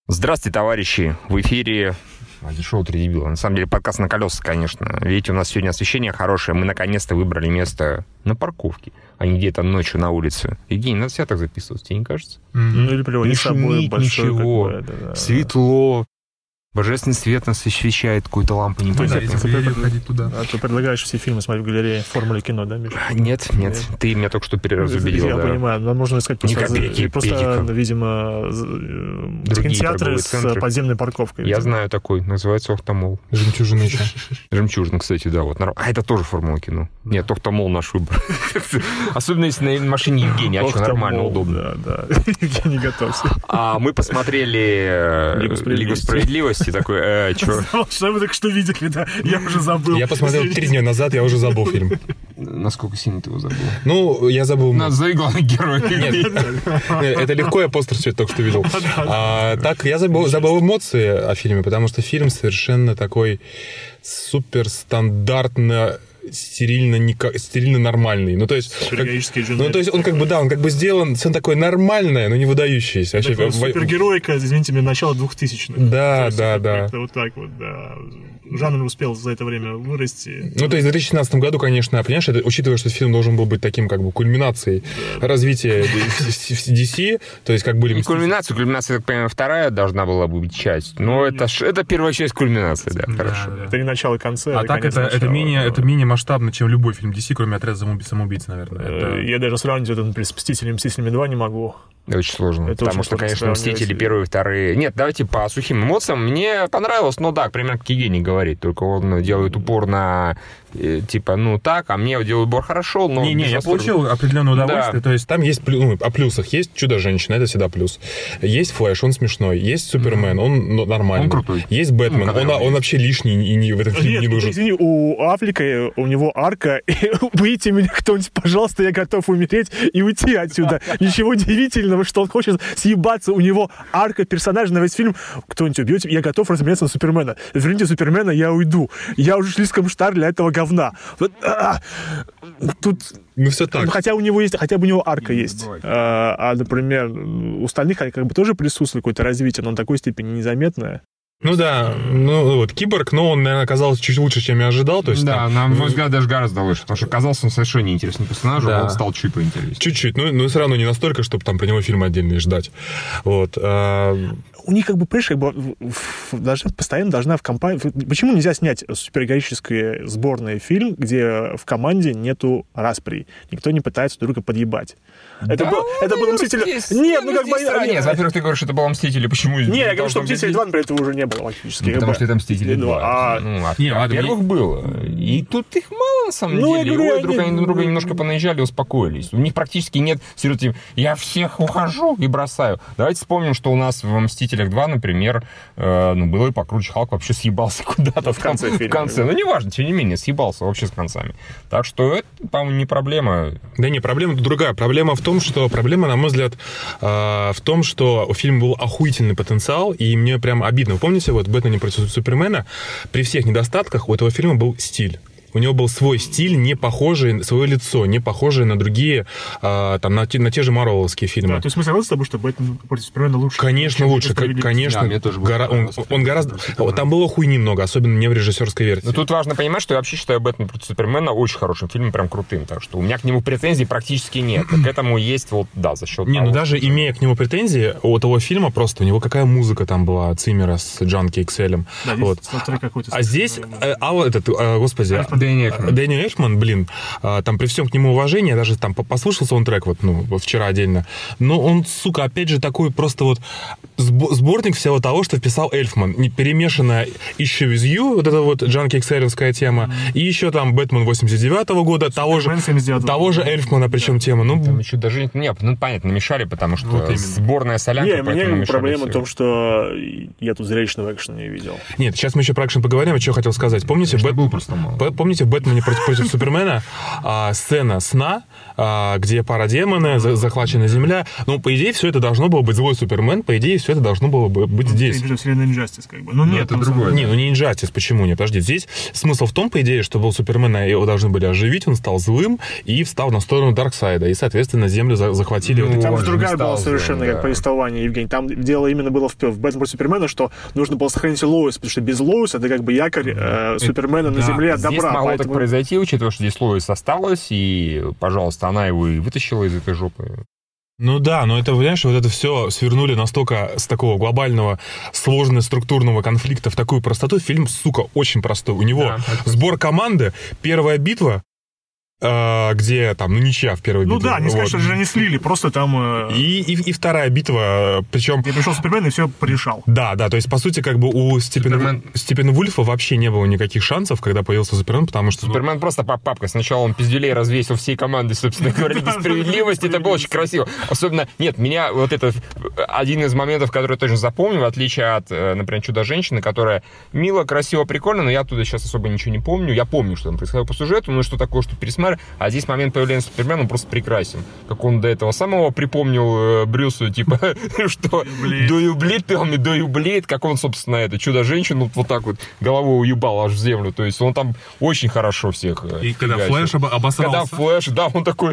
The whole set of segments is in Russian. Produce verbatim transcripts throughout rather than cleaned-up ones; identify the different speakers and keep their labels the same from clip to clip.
Speaker 1: Здравствуйте, товарищи! В эфире шоу «Три дебила». На самом деле подкаст на колесах, конечно. Видите, у нас сегодня освещение хорошее. Мы наконец-то выбрали место на парковке, а не где-то ночью на улице. Евгений, надо себя так записывать, тебе не кажется?
Speaker 2: Mm-hmm. Ну или приводить
Speaker 1: не
Speaker 2: с собой большой,
Speaker 1: ничего.
Speaker 2: Как бы, да, да.
Speaker 1: Светло. Божественный свет нас освещает, какую-то лампу не
Speaker 2: понятно.
Speaker 1: Да,
Speaker 2: ты, ходить туда. А ты предлагаешь все фильмы смотреть в галерее «Формулы кино», да, Миша?
Speaker 1: Нет, нет, нет. Ты меня только что переразубедил.
Speaker 2: Я
Speaker 1: да.
Speaker 2: понимаю, нам нужно искать просто,
Speaker 1: Никаких,
Speaker 2: просто
Speaker 1: педиков.
Speaker 2: видимо, кинотеатры с подземной парковкой. Видимо.
Speaker 1: Я знаю такой, называется «Охтамол».
Speaker 3: Жемчужина еще.
Speaker 1: Жемчужина, кстати, да. Вот. А это тоже «Формула кино». Нет, «Охтамол» наш выбор. Особенно если на машине Евгения, а что нормально, удобно.
Speaker 2: Да, да. Евгений, готовься.
Speaker 1: А мы посмотрели «Лигу справедливости». Такой, э, чё?
Speaker 2: Что вы только что видели, да? Я уже забыл.
Speaker 3: Я посмотрел три дня назад, я уже забыл фильм.
Speaker 1: Насколько сильно ты его забыл?
Speaker 3: Ну, я забыл...
Speaker 1: Назови главных героев.
Speaker 3: Нет, это легко, я постер все только что видел. А, так, я забыл, забыл эмоции о фильме, потому что фильм совершенно такой суперстандартно... стерильно, не, стерильно нормальный. Ну, то есть, как, ну, то есть он как бы, да, он как бы сделан, все такое нормальное, но не выдающееся.
Speaker 2: Вообще, супергеройка, извините меня, начало двухтысячных.
Speaker 3: Да, да, да.
Speaker 2: Вот так вот, да. Жанр успел за это время вырасти.
Speaker 3: Ну, то есть в две тысячи семнадцатом году, конечно, понимаешь, это, учитывая, что фильм должен был быть таким, как бы, кульминацией да. развития ди си, то есть как были...
Speaker 1: Не кульминация, кульминация, так понимаю, вторая должна была быть часть, но это, это первая часть кульминации, да, хорошо.
Speaker 2: Это не начало и конца.
Speaker 3: А так это менее масштабно, чем любой фильм ди си, кроме «Отряда самоубийц», наверное. Это...
Speaker 2: Я даже сравнить это, например, с «Мстителями», «Мстителями два» не могу.
Speaker 1: Очень сложно,
Speaker 2: это
Speaker 1: потому
Speaker 2: очень
Speaker 1: что, конечно, «Мстители» первые и вторые... Нет, давайте по сухим эмоциям. Мне понравилось, но да, примерно как Евгений говорит, только он делает упор на... Типа, ну так, а мне делают упор хорошо, но...
Speaker 3: Не-не, я получил определенное удовольствие, да. То есть там есть... Ну, о плюсах есть «Чудо-женщина», это всегда плюс. Есть «Флэш», он смешной. Есть «Супермен», он ну, нормальный.
Speaker 1: Он крутой.
Speaker 3: Есть «Бэтмен», ну, он, он вообще лишний и не, в этом фильме не нужен.
Speaker 2: Извини, у Аффлека, у него арка, выйти меня кто-нибудь, пожалуйста, я готов умереть и уйти отсюда. Ничего удивительного, что он хочет съебаться, у него арка персонажа на весь фильм. Кто-нибудь убьет, я готов разменяться на Супермена. Верните Супермена, я уйду. Я уже слишком стар для этого говна. Вот, а, тут...
Speaker 3: Ну, все так.
Speaker 2: Хотя у него есть, хотя бы у него арка не есть. А, а, например, у остальных как бы тоже присутствует какое-то развитие, но на такой степени незаметное.
Speaker 3: Ну да, ну вот Киборг, но он, наверное, оказался чуть лучше, чем я ожидал. То есть,
Speaker 1: да,
Speaker 3: там...
Speaker 1: на мой взгляд, даже гораздо лучше, потому что оказался он совершенно неинтересным персонажем, да. Он стал чуть поинтереснее.
Speaker 3: Чуть-чуть, но, но все равно не настолько, чтобы там про него фильм отдельный ждать. Вот. А...
Speaker 2: У них как бы, понимаешь, как бы должна, постоянно должна в компании... Почему нельзя снять супергероический сборный фильм, где в команде нету распри? Никто не пытается друг друга подъебать.
Speaker 1: Да,
Speaker 2: это, был, это было «Мстители». Нет, ну как бы...
Speaker 1: Нет, во-первых, ты говоришь, что это было «Мстители». Почему?
Speaker 2: Не, я говорю, что «Мстители два», например, этого уже не было фактически.
Speaker 1: Ну, потому бы. Что это «Мстители два».
Speaker 2: А...
Speaker 1: Ну, а не, во-первых, было. И тут их мало, на самом ну, деле. Говорю, и друг, они друг друга немножко понаезжали и успокоились. У них практически нет стереотипа. Я всех ухожу и бросаю. Давайте вспомним, что у нас в «Мстителях два», например, э, ну, было и покруче. Халк вообще съебался куда-то в конце. В конце. Ну, неважно, тем не менее, съебался вообще с концами. Так что это, по-моему, не проблема.
Speaker 3: Да не, проблема другая. Проблема в том, что... Проблема, на мой взгляд, э, в том, что у фильма был охуительный потенциал, и мне прям обидно. Вы помните, вот «Бэтмен против Супермена», при всех недостатках у этого фильма был стиль. У него был свой стиль, не похожий, свое лицо, не похожее на другие, а, там, на те, на те же марвеловские фильмы.
Speaker 2: Да, то есть мы согласны с тобой, что «Бэтмен против Супермена» лучше?
Speaker 3: Конечно, лучше, конечно. Да, гора... он, он гораздо... Там было хуйни много, особенно не в режиссерской версии.
Speaker 1: Но тут важно понимать, что я вообще считаю «Бэтмен против Супермена» очень хорошим фильмом, прям крутым. Так что у меня к нему претензий практически нет. К этому есть, вот, да, за счет
Speaker 3: Не,
Speaker 1: того,
Speaker 3: ну даже
Speaker 1: что...
Speaker 3: имея к нему претензии, у того фильма просто, у него какая музыка там была, Циммера с Джанки Икс Эль.
Speaker 2: Да,
Speaker 3: вот. А здесь, а, а, этот, а, господи, Дэнни Эльфман, блин, там при всем к нему уважении, я даже там послушался он трек вот, ну, вчера отдельно, но он, сука, опять же такой просто вот сборник всего того, что вписал Эльфман, перемешанная Issue With You, вот эта вот Джанки Икс Эль-овская тема, mm-hmm. и еще там Бэтмен восемьдесят девятого года, того же, того же Эльфмана, причем да. тема. Ну,
Speaker 1: там еще даже, нет, ну, понятно, намешали, потому что вот сборная солянка,
Speaker 2: не, поэтому мне проблема в том, что я тут зрелищного экшена не видел.
Speaker 3: Нет, сейчас мы еще про экшен поговорим, а что я хотел сказать. Помните, Бэт...
Speaker 1: был просто мало.
Speaker 3: Помните, помните, в «Бэтмене против, против Супермена» а, сцена сна, а, где парадемоны, за, захвачена Земля. Ну, по идее, все это должно было быть злой Супермен, по идее, все это должно было быть ну, здесь.
Speaker 2: Это вселенная Injustice, как бы. Ну, нет,
Speaker 1: это другое.
Speaker 3: Не, ну не Injustice, почему нет? Подожди, здесь смысл в том, по идее, что был Супермен, его должны были оживить, он стал злым и встал на сторону Дарксайда, и, соответственно, Землю за, захватили.
Speaker 2: Ну,
Speaker 3: вот
Speaker 2: там же другая была совершенно
Speaker 1: злым,
Speaker 2: как
Speaker 1: да.
Speaker 2: повествование, Евгений. Там дело именно было в, в «Бэтмен против Супермена», что нужно было сохранить Лоис, потому что без Лоис это как бы якорь э, Супермена на
Speaker 3: да,
Speaker 2: Земле от
Speaker 1: Здесь
Speaker 2: добра.
Speaker 1: могло
Speaker 2: Поэтому...
Speaker 1: так произойти, учитывая, что здесь Лоис осталась, и, пожалуйста, она его и вытащила из этой жопы.
Speaker 3: Ну да, но это, понимаешь, вот это все свернули настолько с такого глобального, сложного структурного конфликта в такую простоту. Фильм, сука, очень простой. У него
Speaker 1: Да,
Speaker 3: сбор команды, первая битва, э, где там, ну, ничья в первой
Speaker 2: Ну
Speaker 3: битве.
Speaker 2: да, не сказать, что же они слили, просто там... Э...
Speaker 3: И, и, и вторая битва, причем...
Speaker 2: Где пришел Супермен и все порешал.
Speaker 3: Да, да, то есть, по сути, как бы у Степена,
Speaker 1: Супермен...
Speaker 3: Степена Вульфа вообще не было никаких шансов, когда появился Супермен, потому что...
Speaker 1: Супермен ну... просто папка. Сначала он пизделей развесил всей команды, собственно говоря, без справедливости. Это было очень красиво. Особенно, нет, меня вот это один из моментов, который я точно запомнил, в отличие от, например, Чудо-женщины, которая мило, красиво, прикольно, но я оттуда сейчас особо ничего не помню. Я помню, что там происходило по сюжету, но что такое, что пересмотрел. А здесь момент появления Супермена, он просто прекрасен. Как он до этого самого припомнил э, Брюсу, типа, что do you bleed, tell me, do you bleed, как он, собственно, это Чудо-женщину вот так вот головой уебал аж в землю. То есть он там очень хорошо всех...
Speaker 3: И когда Флэш обосрался...
Speaker 1: Когда Флэш, да, он такой...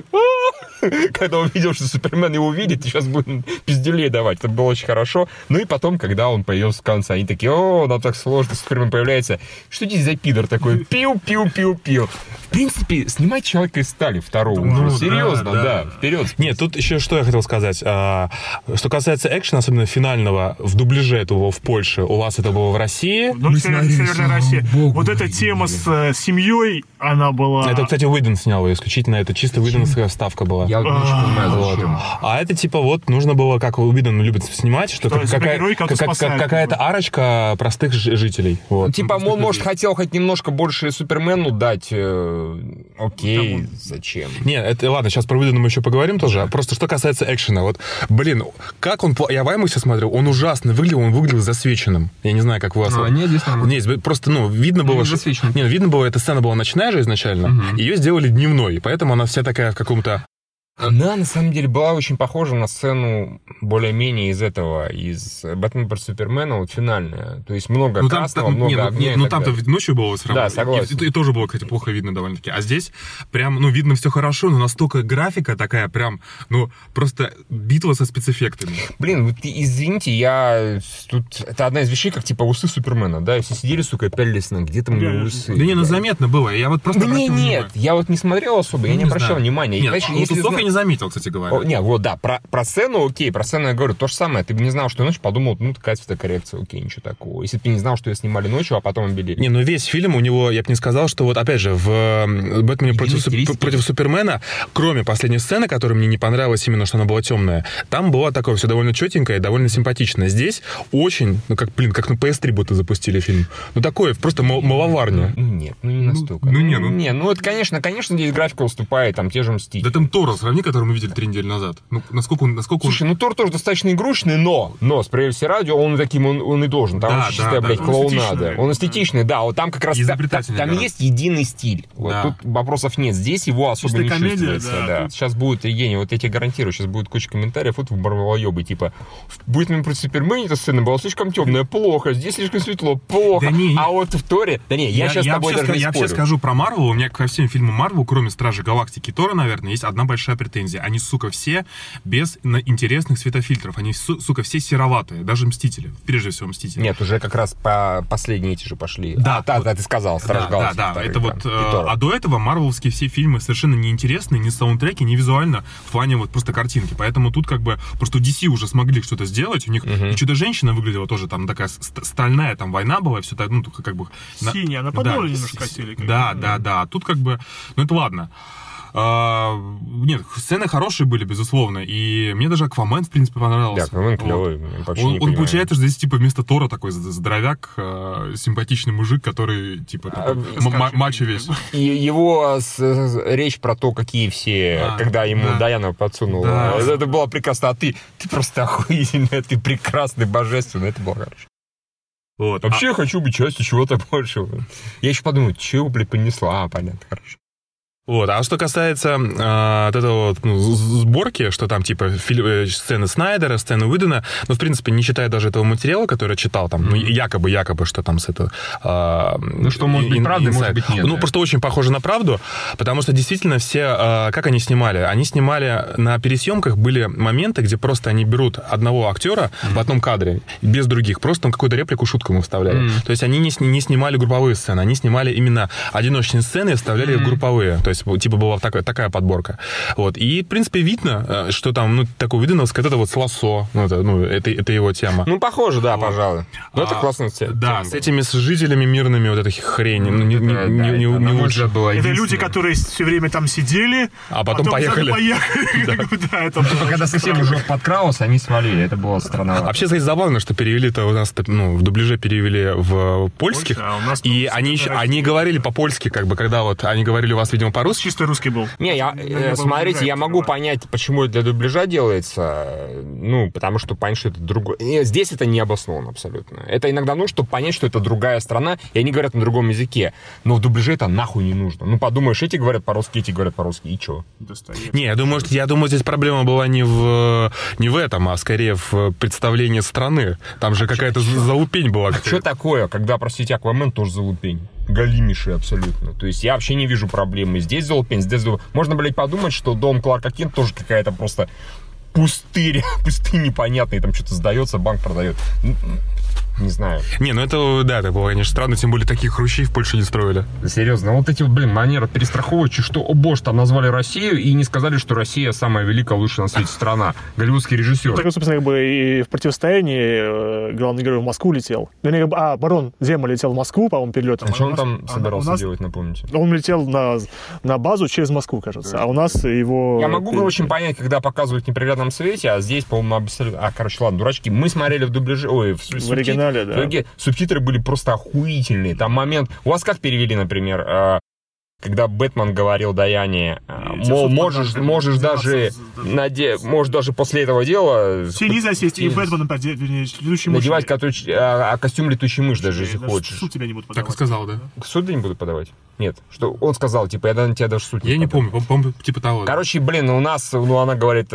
Speaker 1: Когда увидел, что Супермен его видит, сейчас будет пизделей давать. Это было очень хорошо. Ну и потом, когда он появился в конце, они такие, о, нам так сложно, Супермен появляется. Что здесь за пидор такой? Пиу-пиу-пиу-пиу. В принципе, снимать «Человека из стали» второго
Speaker 3: ну,
Speaker 1: уже. Серьезно,
Speaker 3: да,
Speaker 1: да,
Speaker 3: да.
Speaker 1: вперед.
Speaker 3: Нет, тут еще что я хотел сказать. А, что касается экшена, особенно финального, в дубляже этого в Польше, у вас это было в России.
Speaker 2: Ну, в Северной России. Вот эта тема с э, семьей, она была...
Speaker 3: Это, кстати, Уидон снял ее исключительно. Это чисто Уидоновская вставка была.
Speaker 1: Я вот не понимаю, зачем.
Speaker 3: А это типа вот нужно было, как Уидон любит снимать, что,
Speaker 2: что
Speaker 3: как, какая, как, как, какая-то арочка простых жителей. Вот.
Speaker 1: Типа, он, может, хотел хоть немножко больше Супермену дать. Э, окей, да, зачем?
Speaker 3: Нет, это ладно, сейчас про Уидона мы еще поговорим тоже. Да. Просто что касается экшена. Вот, блин, как он... Я в Аймаксе смотрел, он ужасно выглядел, он выглядел засвеченным. Я не знаю, как у вас...
Speaker 1: А, нет, здесь нормально.
Speaker 3: Нет, просто, ну, видно было... Что... Нет, видно было, эта сцена была ночная же изначально. Угу. Ее сделали дневной, поэтому она вся такая в каком-то...
Speaker 1: Она, на самом деле, была очень похожа на сцену более-менее из этого, из «Бэтмена против Супермена», вот финальная. То есть много ну, красного, там, много не, огня.
Speaker 3: Ну, там-то ночью было все равно.
Speaker 1: Да, согласен.
Speaker 3: И, и, и тоже было, кстати, плохо видно довольно-таки. А здесь прям, ну, видно все хорошо, но настолько графика такая прям, ну, просто битва со спецэффектами.
Speaker 1: Блин, вот извините, я тут... Это одна из вещей, как типа усы Супермена, да? Все сидели, сука, пялились на где-то у него усы.
Speaker 3: Да не, ну, заметно было. Я вот просто...
Speaker 1: Да не, нет, я вот не смотрел особо, я не, не обращал внимания.
Speaker 3: Нет,
Speaker 1: и, если
Speaker 3: усов я не заметил, кстати говоря.
Speaker 1: О, не, вот, да, про, про сцену, окей, про сцену я говорю то же самое. Ты бы не знал, что ночью, подумал, ну, такая цветокоррекция, окей, ничего такого. Если бы ты не знал, что ее снимали ночью, а потом обелили.
Speaker 3: Не, ну весь фильм у него, я бы не сказал, что вот, опять же, в «Бэтмене против, су- против Супермена», кроме последней сцены, которая мне не понравилась именно, что она была темная, там было такое все довольно четенькое, довольно симпатичное. Здесь очень, ну, как, блин, как на пи эс три будто запустили фильм. Ну, такое, просто мал- маловарня.
Speaker 1: Ну, нет, ну, не настолько.
Speaker 3: Ну, ну,
Speaker 1: ну,
Speaker 3: не, ну...
Speaker 1: не, ну, это, конечно, конечно, здесь графика уступает, там, те же Мстители.
Speaker 3: Да там Тора сравни, который мы видели три недели назад. Ну, насколько он... Насколько
Speaker 1: Слушай,
Speaker 3: он...
Speaker 1: ну Тор тоже достаточно игрушечный, но, но, справедливости ради, он таким, он, он и должен. Там
Speaker 3: да,
Speaker 1: очень чистая,
Speaker 3: да,
Speaker 1: блядь,
Speaker 3: да.
Speaker 1: клоунада. Он эстетичный, да, вот там как раз... Там, там есть единый стиль. Вот, да. Тут вопросов нет. Здесь его особо чистая не комедия, чувствуется. Да, да. Тут... Сейчас будет, Евгений, вот я тебе гарантирую, сейчас будет куча комментариев, вот в Барвалоебы, типа, будет мне против Супермена эта сцена была слишком темная, плохо, здесь слишком светло, плохо. Да не, а вот в Торе... Да не, я, я сейчас я с тобой даже не
Speaker 3: Я
Speaker 1: спорю.
Speaker 3: вообще скажу про Марвел, у меня ко всем фильмам Марвел, кроме Стражи Галактики и Тора, наверное, есть одна большая претензия. Они, сука, все без интересных светофильтров. Они, сука, все сероватые. Даже Мстители. Прежде всего Мстители.
Speaker 1: Нет, уже как раз по последние эти же пошли.
Speaker 3: Да,
Speaker 1: а, да, вот, да, ты сказал, Страж
Speaker 3: да,
Speaker 1: Галактики.
Speaker 3: Да, да, это вот... Э, а до этого марвеловские все фильмы совершенно неинтересные, ни саундтреки, ни визуально, в плане вот просто картинки. Поэтому тут как бы... Просто ди си уже смогли что-то сделать. У них uh-huh. и Чудо-женщина выглядела тоже там такая стальная, там война была, все так, ну, как бы...
Speaker 2: Синяя, на подоле да, немножко хотели.
Speaker 3: Да, да, да. Тут как бы... Ну, это ладно. А, нет, сцены хорошие были, безусловно. И мне даже Аквамен, в принципе, понравился. Да,
Speaker 1: Аквамен клевый.
Speaker 3: Вот. Он, он получается, что здесь, типа, вместо Тора такой здоровяк, э, симпатичный мужик, который, типа, такой, а, м- мачо весь.
Speaker 1: И его с, с, речь про то, какие все, а, когда ему да. Даяна подсунула. Да. Это было прекрасно. А ты, ты просто охуительный, ты прекрасный, божественный. Это было хорошо. Вот. Вообще а... я хочу быть частью чего-то большего. Я еще подумал, чего, блядь, понесла? А, понятно, хорошо.
Speaker 3: Вот, а что касается э, от этого вот, ну, сборки, что там типа фильм, сцены Снайдера, сцены Уидона, ну, в принципе, не читая даже этого материала, который я читал, там, ну, якобы, якобы, что там с этого... Э,
Speaker 1: ну, что может быть правда, может быть нет.
Speaker 3: Ну, да. Просто очень похоже на правду, потому что действительно все... Э, как они снимали? Они снимали на пересъемках, были моменты, где просто они берут одного актера mm-hmm. в одном кадре, без других, просто там какую-то реплику, шутку ему вставляли. Mm-hmm. То есть они не, не снимали групповые сцены, они снимали именно одиночные сцены и вставляли mm-hmm. их в групповые. То есть типа была такая, такая подборка. Вот. И, в принципе, видно, что там, ну, такое видановское, это вот с лассо, ну, это, ну, это, это его тема.
Speaker 1: Ну, похоже, да, вот. Пожалуй. Но а, это классная тема.
Speaker 3: Да, с этими с жителями мирными вот этой хрени. Ну, не, не, да, не, да, не, не лучше.
Speaker 2: Это люди, которые все время там сидели,
Speaker 3: а потом, потом поехали.
Speaker 1: Когда совсем уже подкралось, они свалили. Это было странновато.
Speaker 3: Вообще, кстати, забавно, что перевели-то у нас, ну, в дубляже перевели в польских, и они они говорили по-польски, как бы, когда вот они говорили у вас, видимо, по-русски.
Speaker 2: Чисто русский был.
Speaker 1: Не, я, э, смотрите, я могу понять, почему это для дубляжа делается. Ну, потому что понять, что это другое. Здесь это не обосновано абсолютно. Это иногда нужно, чтобы понять, что это другая страна, и они говорят на другом языке. Но в дубляже это нахуй не нужно. Ну, подумаешь, эти говорят по-русски, эти говорят по-русски, и чё?
Speaker 3: Не, я думаю, что, я думаю, здесь проблема была не в, не в этом, а скорее в представлении страны. Там же а какая-то чё? залупень была.
Speaker 1: А что такое, когда, простите, Аквамен тоже залупень? Галимейший абсолютно. То есть я вообще не вижу проблемы. Здесь залупень, здесь залупень. Можно, блядь, подумать, что дом Кларка Кента тоже какая-то просто пустырь, пустынь непонятная, там что-то сдается, банк продает. Не знаю.
Speaker 3: Не, ну это, да, это было, конечно, странно, тем более таких хрущей в Польше не строили.
Speaker 1: Серьезно, вот эти вот, блин, манеры перестраховывать, что, о боже, там назвали Россию и не сказали, что Россия самая великая, лучшая на свете страна. Голливудский режиссер.
Speaker 2: Так, собственно, как бы и в противостоянии главный герой в Москву летел. А, барон Зема летел в Москву, по-моему, перелетом.
Speaker 1: А что он там собирался нас... делать, напомните?
Speaker 2: Он летел на, на базу через Москву, кажется, да. А у нас его...
Speaker 1: Я могу очень понять, когда показывают в неприглядном свете, а здесь, по-моему, абсолютно... А, короче, ладно, дурачки, мы смотрели в дубляже... Ой, в,
Speaker 2: в оригинале. Да.
Speaker 1: Субтитры были просто охуительные. Там момент... У вас как перевели, например, когда Бэтмен говорил Даяне, мол, можешь, можешь даже наде... можешь даже после этого дела...
Speaker 2: Все нельзя сесть и Бэтменом летучий
Speaker 1: мышь. Надевать катуч... а, костюм летучей мыши даже, если хочешь.
Speaker 2: Суд тебя не будут подавать.
Speaker 3: Так и сказал, да?
Speaker 1: Суд не будут подавать? Нет. Что он сказал, типа, я на тебя даже суд не
Speaker 3: Я не помню, по-моему, типа того.
Speaker 1: Короче, блин, у нас, ну, она говорит...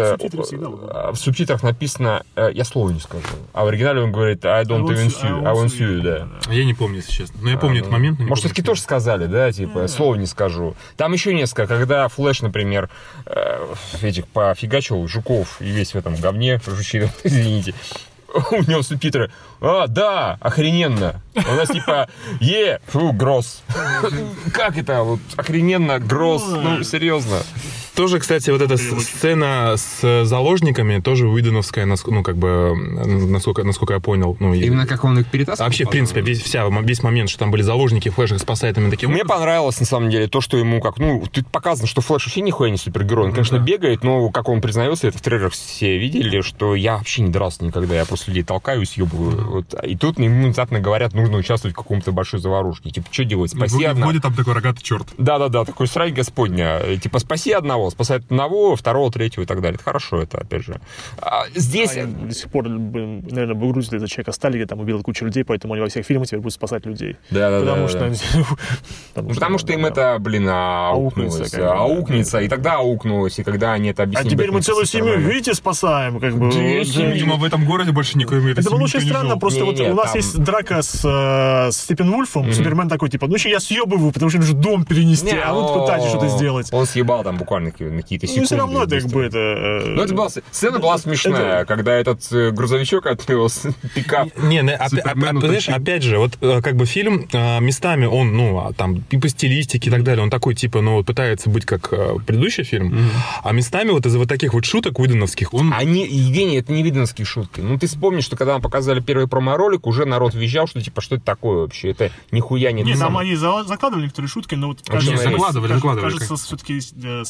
Speaker 1: В субтитрах написано, я слово не скажу. А в оригинале он говорит, I don't even sue, I won't sue, да.
Speaker 3: Я не помню, если честно. Но я помню этот момент.
Speaker 1: Может, все-таки тоже сказали, да, типа, слово не скажу. Там еще несколько, когда Флэш, например, этих пофигачил жуков и весь в этом говне, жучи, извините, у него субтитры, а, да, охрененно. У нас типа, е, фу, гросс. Как это, вот, охрененно, гросс, ну, серьезно.
Speaker 3: Тоже, кстати, вот эта сцена с заложниками, тоже уидоновская, ну, как бы, насколько, насколько я понял. Ну,
Speaker 1: именно как он их перетаскивал?
Speaker 3: Вообще, в принципе, весь, вся, весь момент, что там были заложники, Флэш их спасает именно таким
Speaker 1: Мне образом. Понравилось, на самом деле, то, что ему как, ну, тут показано, что Флэш вообще нихуя не супергерой. Он, конечно, да. бегает, но, как он признается, это в трейлерах все видели, что я вообще не дрался никогда, я просто людей толкаю и съебываю. Mm-hmm. Вот. И тут ему внезапно говорят, нужно участвовать в каком-то большой заварушке. Типа, что делать? Спаси одного.
Speaker 3: Входит там такой рогатый черт.
Speaker 1: Да-да-да, такой срань господня. Типа, спаси одного, спасает одного, второго, третьего и так далее. Это хорошо, это, опять же. А, здесь... А,
Speaker 2: до сих пор, наверное, выгрузили за человека Сталина, там убил кучу людей, поэтому они во всех фильмах теперь будут спасать людей.
Speaker 1: Да-да-да.
Speaker 2: Потому,
Speaker 1: да,
Speaker 2: что,
Speaker 1: да.
Speaker 2: потому,
Speaker 1: потому что им это, блин, аукнулось. Аукнется, и тогда аукнулось, и когда они это объяснили.
Speaker 2: А теперь мы целую семью, видите, спасаем. Как бы.
Speaker 3: Видимо, в этом городе больше никто не
Speaker 2: Это было очень странно, просто вот у нас есть драка с Степенвульфом, Супермен такой, типа, ну еще я съебываю, потому что им же дом перенести, а вы пытаетесь что-то сделать.
Speaker 1: Он съебал там буквально на какие-то секунды.
Speaker 2: Ну, все равно это как бы это...
Speaker 1: Ну, это была... Сцена была смешная, когда этот грузовичок отвез пикап.
Speaker 3: Не, опять же, вот как бы фильм местами он, ну, там, и по стилистике и так далее, он такой, типа, ну, пытается быть как предыдущий фильм, а местами вот из-за вот таких вот шуток уидоновских он...
Speaker 1: Они, Евгений, это не уидоновские шутки. Ну, ты вспомнишь, что когда нам показали первый промо-ролик, уже народ визжал, что, типа, что это такое вообще? Это нихуя не...
Speaker 2: Не, там они закладывали некоторые шутки, но вот...
Speaker 3: Закладывали, закладывали.
Speaker 2: Кажется, все-таки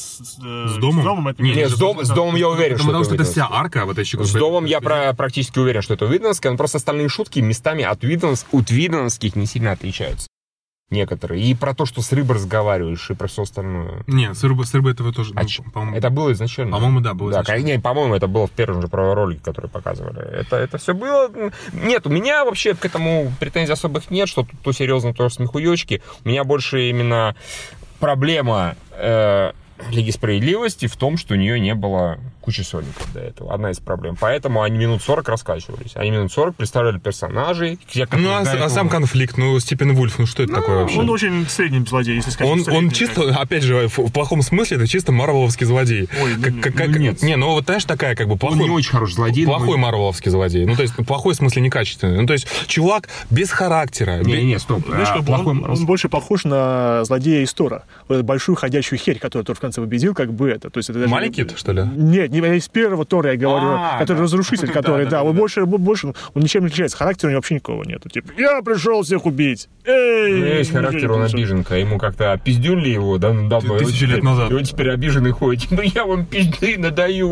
Speaker 3: с домом?
Speaker 2: это
Speaker 1: не, с, дом, с домом я уверен,
Speaker 3: потому,
Speaker 1: что
Speaker 3: потому это что это вся арка. Вот эти,
Speaker 1: с домом я про, практически уверен, что это уидоновское, но просто остальные шутки местами от уидоновских, от уидоновских не сильно отличаются. некоторые. И про то, что с рыбой разговариваешь, и про все остальное.
Speaker 3: Не, с рыбой, с рыбой этого тоже,
Speaker 1: а
Speaker 3: ну,
Speaker 1: ч...
Speaker 3: по-моему...
Speaker 1: Это было изначально?
Speaker 3: По-моему, да, было
Speaker 1: да,
Speaker 3: изначально.
Speaker 1: Не, по-моему, это было в первом же ролике, который показывали. Это, это все было... Нет, у меня вообще к этому претензий особых нет, что то серьезно, то смехуёчки. У меня больше именно проблема... Э... Лиги Справедливости в том, что у нее не было кучи сольников до этого. Одна из проблем. Поэтому они минут сорок раскачивались. Они минут сорок представляли персонажей.
Speaker 3: Ну, а, этого... а сам конфликт, ну, Стивен Вульф, ну, что это ну, такое вообще?
Speaker 2: Он очень средний злодей, если сказать.
Speaker 3: Он, он чисто, как... опять же, в, в плохом смысле, это чисто марвеловский злодей.
Speaker 2: Ой, ну,
Speaker 3: как, как,
Speaker 2: ну, нет.
Speaker 3: Не, ну, вот, знаешь, такая, как бы, плохой...
Speaker 1: Он не очень хороший злодей.
Speaker 3: Плохой
Speaker 1: но...
Speaker 3: марвеловский злодей. Ну, то есть, плохой в смысле некачественный. Ну, то есть, чувак без характера.
Speaker 1: Не, без... не, стоп.
Speaker 2: Знаешь, а, плохой... он, он больше похож на злодея из Тора. Вот эту большую ходячую херь, которую Тор в конце победил, как бы это. То есть, это даже...
Speaker 3: Маленький, что ли?
Speaker 2: Нет, не из первого Тора я говорю,
Speaker 1: А,
Speaker 2: который
Speaker 1: да.
Speaker 2: разрушитель, который, да, да, да, он да. больше, больше, он ничем не отличается. Характера у него вообще никакого нету. Типа, я пришел всех убить. Эй!
Speaker 1: Ну, есть характер, он обиженка. Ему как-то пиздюли его, да, давно.
Speaker 3: Тысячи лет назад.
Speaker 1: И он теперь обиженный ходит. Ну, я вам пизды надаю.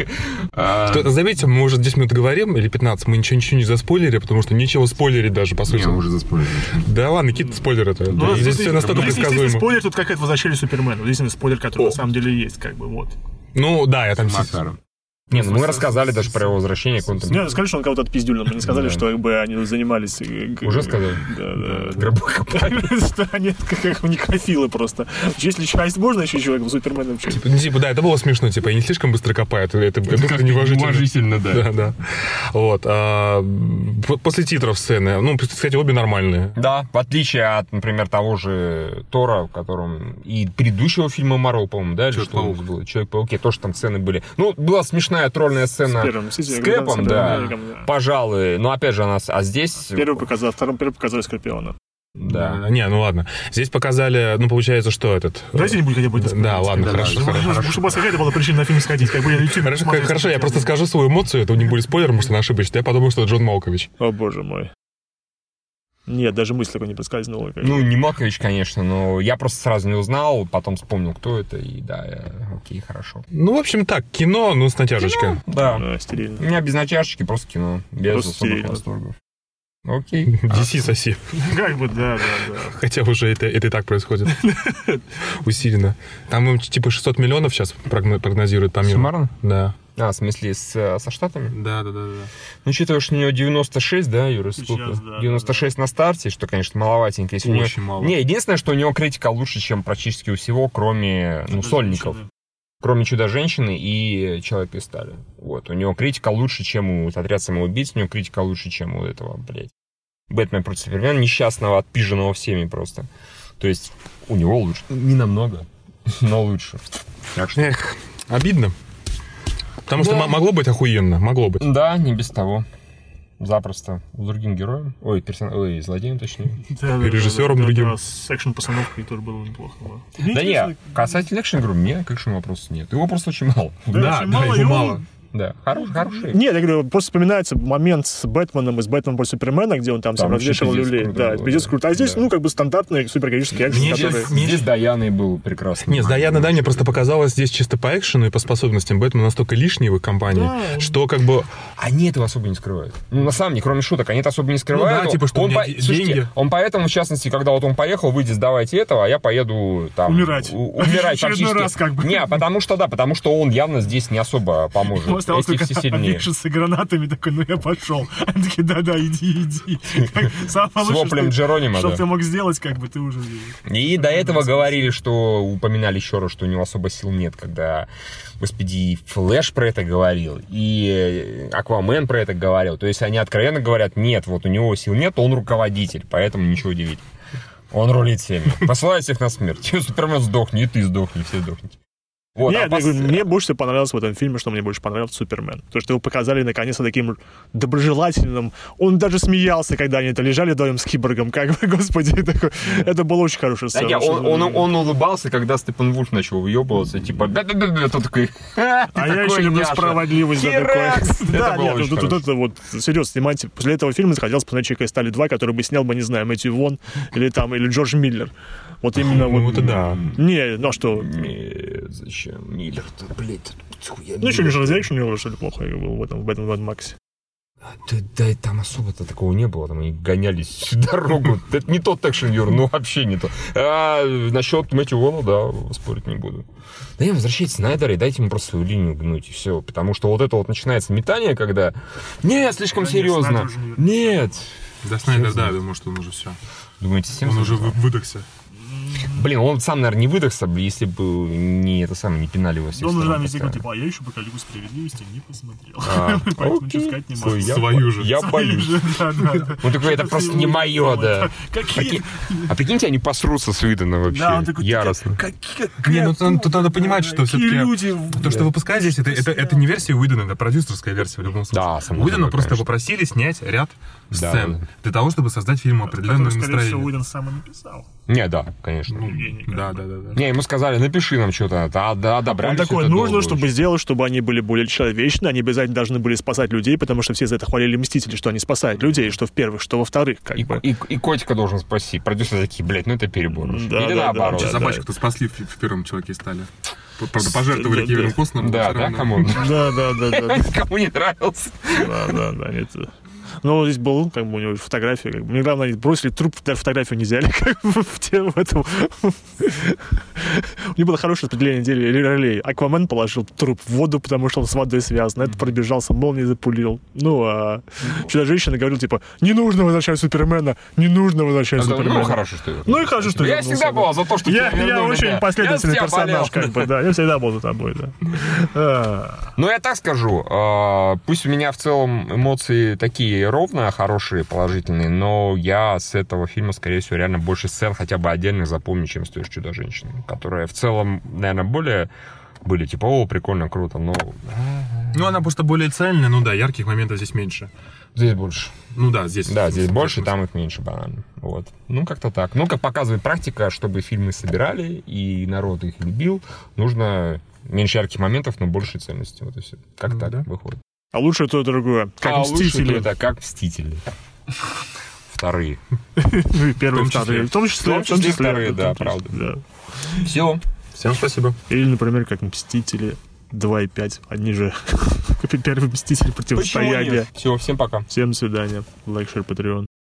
Speaker 3: Заметьте, мы уже десять минут говорим, или пятнадцать, мы ничего ничего не заспойлерили, потому что нечего спойлерить даже, по сути.
Speaker 1: Не, уже заспойлерили.
Speaker 3: Да ладно, какие-то спойлеры-то. Ну, здесь все настолько предсказуемо.
Speaker 2: Спойлер тут какая-то возвращали Супермена. Единственный спойлер, который на самом деле есть, как бы, вот.
Speaker 3: Ну, да, я там...
Speaker 1: Не, ну мы рассказали даже про его возвращение. К
Speaker 2: не, сказали, что он кого-то отпиздюлил, но мы не сказали, да. что как бы они занимались...
Speaker 1: Уже сказали?
Speaker 2: Да, да. Что они как некрофилы просто. Если часть можно еще человек в Супермене вообще?
Speaker 3: Типа, да, это было смешно, типа, и не слишком быстро копают, это быстро неуважительно.
Speaker 1: Уважительно, да.
Speaker 3: Да, да. Вот. После титров сцены, ну, кстати, обе нормальные.
Speaker 1: Да, в отличие от, например, того же Тора, в котором и предыдущего фильма Марвел, по-моему, да, или что у нас было? Человек-пауке, тоже там сцены были. Ну, была смешная тролльная сцена с, первым, с, с Кэпом, да, да, пожалуй. Но опять же, она... А здесь...
Speaker 2: Первый показал, втором первый показали Скорпиона.
Speaker 1: Да.
Speaker 3: Не, ну ладно. Здесь показали, ну, получается, что этот...
Speaker 2: Давайте не будем хотя бы...
Speaker 3: Да, ладно,
Speaker 2: да,
Speaker 3: хорошо.
Speaker 2: Да, хорошо, хорошо. Чтобы у вас какая-то была причина на фильм сходить, как бы я на YouTube
Speaker 3: Хорошо, смотреть, хорошо, я просто скажу свою эмоцию, это не будет спойлером, потому что она ошибочная. Я подумал, что это Джон Малкович.
Speaker 2: О, боже мой. Нет, даже мысль такой не проскользнула.
Speaker 1: Ну, не Малкович, конечно, но я просто сразу не узнал, потом вспомнил, кто это, и да, я... окей, хорошо.
Speaker 3: Ну, в общем, так, кино, ну, с натяжечкой.
Speaker 1: Кино? Да.
Speaker 2: да, стерильно.
Speaker 1: У меня без натяжечки, просто кино, без
Speaker 2: просто
Speaker 1: особых
Speaker 2: стерильно.
Speaker 1: восторгов. Окей.
Speaker 3: ди си соси.
Speaker 2: Как бы, да, да, да.
Speaker 3: Хотя уже это, это и так происходит. Усиленно. Там, типа, шестьсот миллионов сейчас прогнозируют по миру.
Speaker 1: Суммарно?
Speaker 3: Да.
Speaker 1: А, в смысле, с, со Штатами?
Speaker 3: Да, да, да, да.
Speaker 1: Ну, учитывая, что у нее девяносто шесть, да, Юра, сколько?
Speaker 2: Да,
Speaker 1: девяносто шесть да, да. на старте, что, конечно, маловатенько. Если
Speaker 3: очень
Speaker 1: у нее...
Speaker 3: мало.
Speaker 1: Не, единственное, что у него критика лучше, чем практически у всего, кроме, ну, сольников. Кроме «Чудо-женщины» и «Человека из стали». Вот, у него критика лучше, чем у «Отряд самоубийц», у него критика лучше, чем у этого, блядь, «Бэтмен против Супермена», несчастного, отпиженного всеми просто. То есть, у него лучше. Не намного, но лучше.
Speaker 3: Так что... Эх, обидно. Потому
Speaker 1: да.
Speaker 3: что могло быть охуенно, могло быть.
Speaker 1: Да, не без того. Запросто. С другим героем. Ой, персон... Ой, злодеем, точнее.
Speaker 2: Да,
Speaker 3: и режиссером
Speaker 2: да,
Speaker 3: другим.
Speaker 2: Да, с экшн-постановкой тоже было неплохо. Да,
Speaker 1: да нет, касательно экшен, говорю, мне к экшену вопросов нет. Его просто очень мало.
Speaker 2: Да,
Speaker 3: да,
Speaker 2: очень
Speaker 3: да
Speaker 2: мало,
Speaker 3: его мало.
Speaker 1: Да, хороший, хороший.
Speaker 2: Нет, я говорю, просто вспоминается момент с Бэтменом и с Бэтменом против Супермена, где он там, там всем развешивал люлей. Да, пиздец круто. А здесь, да. ну, как бы стандартный супергероический экшен,
Speaker 3: мне
Speaker 2: который...
Speaker 1: Здесь, здесь Даяной был прекрасный.
Speaker 3: Нет, с Даяной, да, мне просто показалось здесь чисто по экшену и по способностям Бэтмена настолько лишний в их компании, да. что как бы...
Speaker 1: Они этого особо не скрывают. Ну, на самом деле, кроме шуток, они это особо не скрывают.
Speaker 3: Ну да, типа, что
Speaker 1: он
Speaker 3: у меня
Speaker 1: по...
Speaker 3: деньги...
Speaker 1: Слушайте, он поэтому, в частности, когда вот он поехал, выйди, сдавайте этого, а я поеду там...
Speaker 2: Умирать.
Speaker 1: У... Умирать
Speaker 2: очередной раз как бы.
Speaker 1: Не, потому что, да, потому что он явно здесь не особо поможет. Эти все сильнее.
Speaker 2: С гранатами такой, ну я пошел. Они такие, да-да, иди, иди.
Speaker 1: С воплем Джеронима,
Speaker 2: что
Speaker 1: да.
Speaker 2: ты мог сделать, как бы ты уже...
Speaker 1: И до этого говорили, что упоминали еще раз, что у него особо сил нет, когда, господи, и Флэш про это говорил, и Аквамен про это говорил. То есть они откровенно говорят, нет, вот у него сил нет, он руководитель, поэтому ничего удивительного. Он рулит всеми. Посылает всех на смерть. Супермен сдохни, и ты сдохни, все сдохнете. Вот,
Speaker 2: Нет,
Speaker 1: а пос...
Speaker 2: говорю, мне больше всего понравилось в этом фильме, что мне больше понравился Супермен. То, что его показали наконец-то таким доброжелательным. Он даже смеялся, когда они это лежали вдвоем с Киборгом. Как бы, господи, такой... это было очень хорошее сцена.
Speaker 1: Да, нет, он, он, он улыбался, когда Степан Вульф начал выебываться, типа, да-да-да-да, тот такой...
Speaker 2: А я еще люблю справедливость. Да, нет, тут это вот, серьезно, снимать. После этого фильма захотелось посмотреть «Человека из стали два», который бы снял бы, не знаю, Мэтью Вон или там, или Джордж Миллер. Вот именно
Speaker 3: ну,
Speaker 2: вот...
Speaker 3: это да.
Speaker 2: Не, ну что...
Speaker 1: Не, зачем? Миллер-то, блядь, хуя.
Speaker 2: Ну, еще не Жорж Экшн у него что-то плохое было в этом, в этом Мад Максе.
Speaker 1: Да, да, там особо-то такого не было, там они гонялись всю дорогу. Это не тот экшн-юр, ну вообще не то. А насчет Мэтью Вона, да, спорить не буду. Да не, возвращайте Снайдера и дайте ему просто свою линию гнуть, и все. Потому что вот это вот начинается метание, когда... Нет, слишком да, серьезно. Нет.
Speaker 3: Да, Снайдер, да, я думаю, что он уже все.
Speaker 1: Думаете, всем
Speaker 3: он уже выдохся.
Speaker 1: Блин, он сам, наверное, не выдохся, если бы не это самое, не пинали его.
Speaker 2: Он уже нам везде говорит, типа, а я еще пока Лигу справедливости не посмотрел.
Speaker 1: А,
Speaker 2: поэтому ничего сказать не могу.
Speaker 3: Свою же.
Speaker 1: Я боюсь. Он такой, это просто не мое, да. А прикиньте, они посрутся с Уидона вообще. Яростно.
Speaker 3: Не, ну тут надо понимать, что все-таки то, что выпускают здесь, это не версия Уидона, это продюсерская версия в любом случае. Уидона просто попросили снять ряд сцен для того, чтобы создать фильм определенное настроение.
Speaker 2: Скорее всего, Уидон сам и написал.
Speaker 1: Не, да, конечно.
Speaker 3: Ну, да, да, да, да.
Speaker 1: Не, ему сказали, напиши нам что-то, а одобряли.
Speaker 2: Он такой, нужно, чтобы сделать, чтобы они были более человечны, они обязательно должны были спасать людей, потому что все за это хвалили Мстители, что они спасают людей, что в первых, что во вторых, как
Speaker 1: и,
Speaker 2: бы.
Speaker 1: И, и котика должен спасти. Продюсеры такие, блядь, ну это перебор.
Speaker 2: Да,
Speaker 1: Или
Speaker 2: да,
Speaker 1: наоборот.
Speaker 2: да, да,
Speaker 3: собачку-то
Speaker 2: да.
Speaker 3: спасли в, в первом Человеке стали. Правда, пожертвовали да, Кевином да. Костнером.
Speaker 1: Да, да, кому?
Speaker 2: Да, да, да, да.
Speaker 1: Кому не нравился.
Speaker 2: Да, да, да, это... Ну, здесь был, как бы, у него фотография. Как бы. Мне главное, они бросили труп, даже фотографию не взяли, как бы, в, тем, в этом. У него было хорошее распределение ролей. Аквамен положил труп в воду, потому что он с водой связан. Это пробежался, молнией запулил. Ну, а Чудо-женщина говорила, типа, не нужно возвращать Супермена, не нужно возвращать Супермена.
Speaker 1: Ну, хорошо, что
Speaker 2: Ну, и хорошо, что
Speaker 1: я всегда был за то, что
Speaker 2: я, я очень последовательный персонаж, как бы, да. Я всегда был за тобой, да.
Speaker 1: Ну, я так скажу. Пусть у меня в целом эмоции такие ровно хорошие, положительные, но я с этого фильма, скорее всего, реально больше сцен хотя бы отдельных запомню, чем с той же Чудо-женщиной, которые в целом, наверное, более были типа, о, прикольно, круто, но...
Speaker 3: Ну, она просто более цельная, ну да, ярких моментов здесь меньше.
Speaker 1: Здесь больше.
Speaker 3: Ну да, здесь...
Speaker 1: Да, здесь больше, там их меньше, банально. Вот. Ну, как-то так. Ну, как показывает практика, чтобы фильмы собирали, и народ их любил, нужно меньше ярких моментов, но больше ценности. Вот и все. Как ну, так да? выходит.
Speaker 2: А лучше то и другое. Как
Speaker 1: а
Speaker 2: Мстители.
Speaker 1: Это как Мстители. Вторые.
Speaker 2: Ну и первые, вторые.
Speaker 1: В том числе, в том числе вторые, да, правда. Все.
Speaker 3: Всем спасибо.
Speaker 2: Или, например, как Мстители два и пять. Они же первый Мститель противостояния.
Speaker 1: Все, всем пока.
Speaker 2: Всем до свидания. Лайк, шер, Patreon.